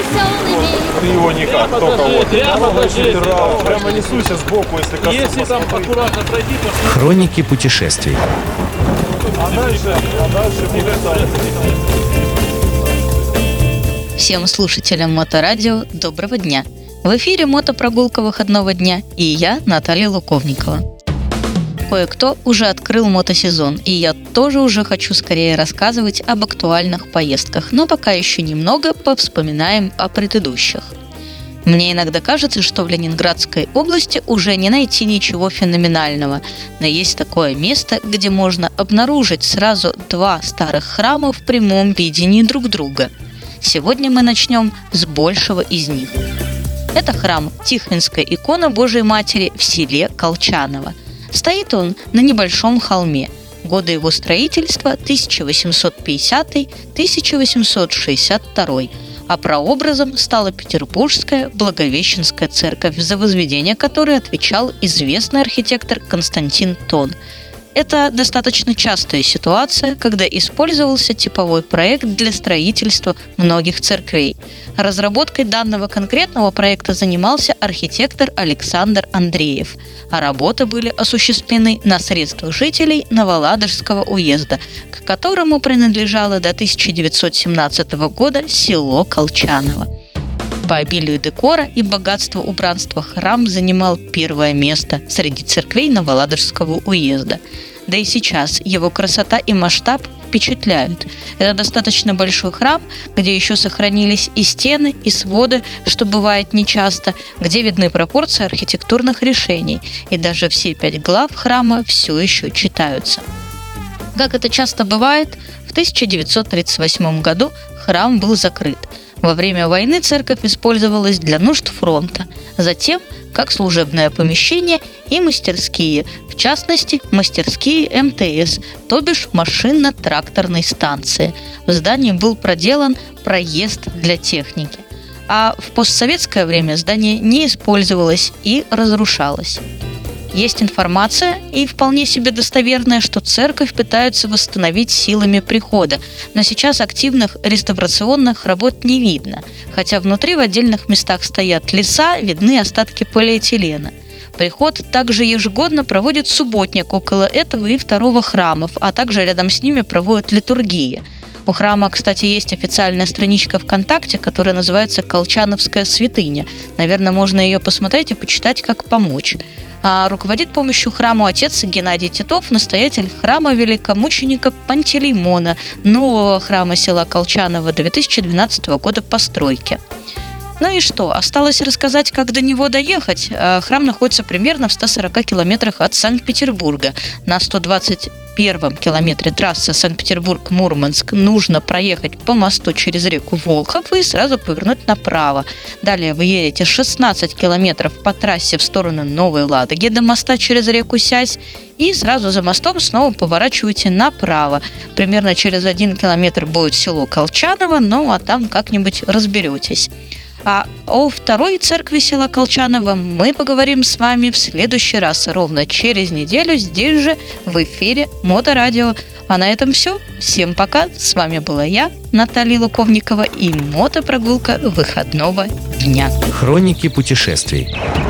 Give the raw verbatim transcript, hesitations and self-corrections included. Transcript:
Ты его никак, только вот. Прямо покажи. Прямо несуйся сбоку, если коснуться. Если там аккуратно пройди, то... Хроники путешествий. А дальше, а дальше будет там. Всем слушателям Моторадио доброго дня. В эфире мотопрогулка выходного дня и я, Наталья Луковникова. Кое-кто уже открыл мотосезон, и я тоже уже хочу скорее рассказывать об актуальных поездках, но пока еще немного повспоминаем о предыдущих. Мне иногда кажется, что в Ленинградской области уже не найти ничего феноменального, но есть такое место, где можно обнаружить сразу два старых храма в прямом видении друг друга. Сегодня мы начнем с большего из них. Это храм Тихвинской иконы Божией Матери в селе Колчаново. Стоит он на небольшом холме. Годы его строительства тысяча восемьсот пятидесятый — тысяча восемьсот шестьдесят второй, а прообразом стала Петербургская Благовещенская церковь, за возведение которой отвечал известный архитектор Константин Тон. Это достаточно частая ситуация, когда использовался типовой проект для строительства многих церквей. Разработкой данного конкретного проекта занимался архитектор Александр Андреев, а работы были осуществлены на средства жителей Новоладожского уезда, к которому принадлежало до тысяча девятьсот семнадцатого года село Колчаново. По обилию декора и богатству убранства храм занимал первое место среди церквей Новоладожского уезда. Да и сейчас его красота и масштаб впечатляют. Это достаточно большой храм, где еще сохранились и стены, и своды, что бывает нечасто, где видны пропорции архитектурных решений, и даже все пять глав храма все еще читаются. Как это часто бывает, в тысяча девятьсот тридцать восьмом году храм был закрыт. Во время войны церковь использовалась для нужд фронта, затем как служебное помещение и мастерские, в частности, мастерские эм тэ эс, то бишь машинно-тракторной станции. В здании был проделан проезд для техники. А в постсоветское время здание не использовалось и разрушалось. Есть информация, и вполне себе достоверная, что церковь пытаются восстановить силами прихода, но сейчас активных реставрационных работ не видно, хотя внутри в отдельных местах стоят леса, видны остатки полиэтилена. Приход также ежегодно проводит субботник около этого и второго храмов, а также рядом с ними проводят литургии. У храма, кстати, есть официальная страничка ВКонтакте, которая называется «Колчановская святыня». Наверное, можно ее посмотреть и почитать, как помочь. А руководит помощью храму отец Геннадий Титов, настоятель храма великомученика Пантелеймона, нового храма села Колчаново две тысячи двенадцатого года постройки. Ну и что, осталось рассказать, как до него доехать. Храм находится примерно в ста сорока километрах от Санкт-Петербурга. На сто двадцать первом километре трассы Санкт-Петербург-Мурманск нужно проехать по мосту через реку Волхов и сразу повернуть направо. Далее вы едете шестнадцать километров по трассе в сторону Новой Ладоги до моста через реку Сясь и сразу за мостом снова поворачиваете направо. Примерно через один километр будет село Колчаново, ну а там как-нибудь разберетесь. А о второй церкви села Колчаново мы поговорим с вами в следующий раз, ровно через неделю, здесь же, в эфире Моторадио. А на этом все. Всем пока. С вами была я, Наталья Луковникова, и мотопрогулка выходного дня. Хроники путешествий.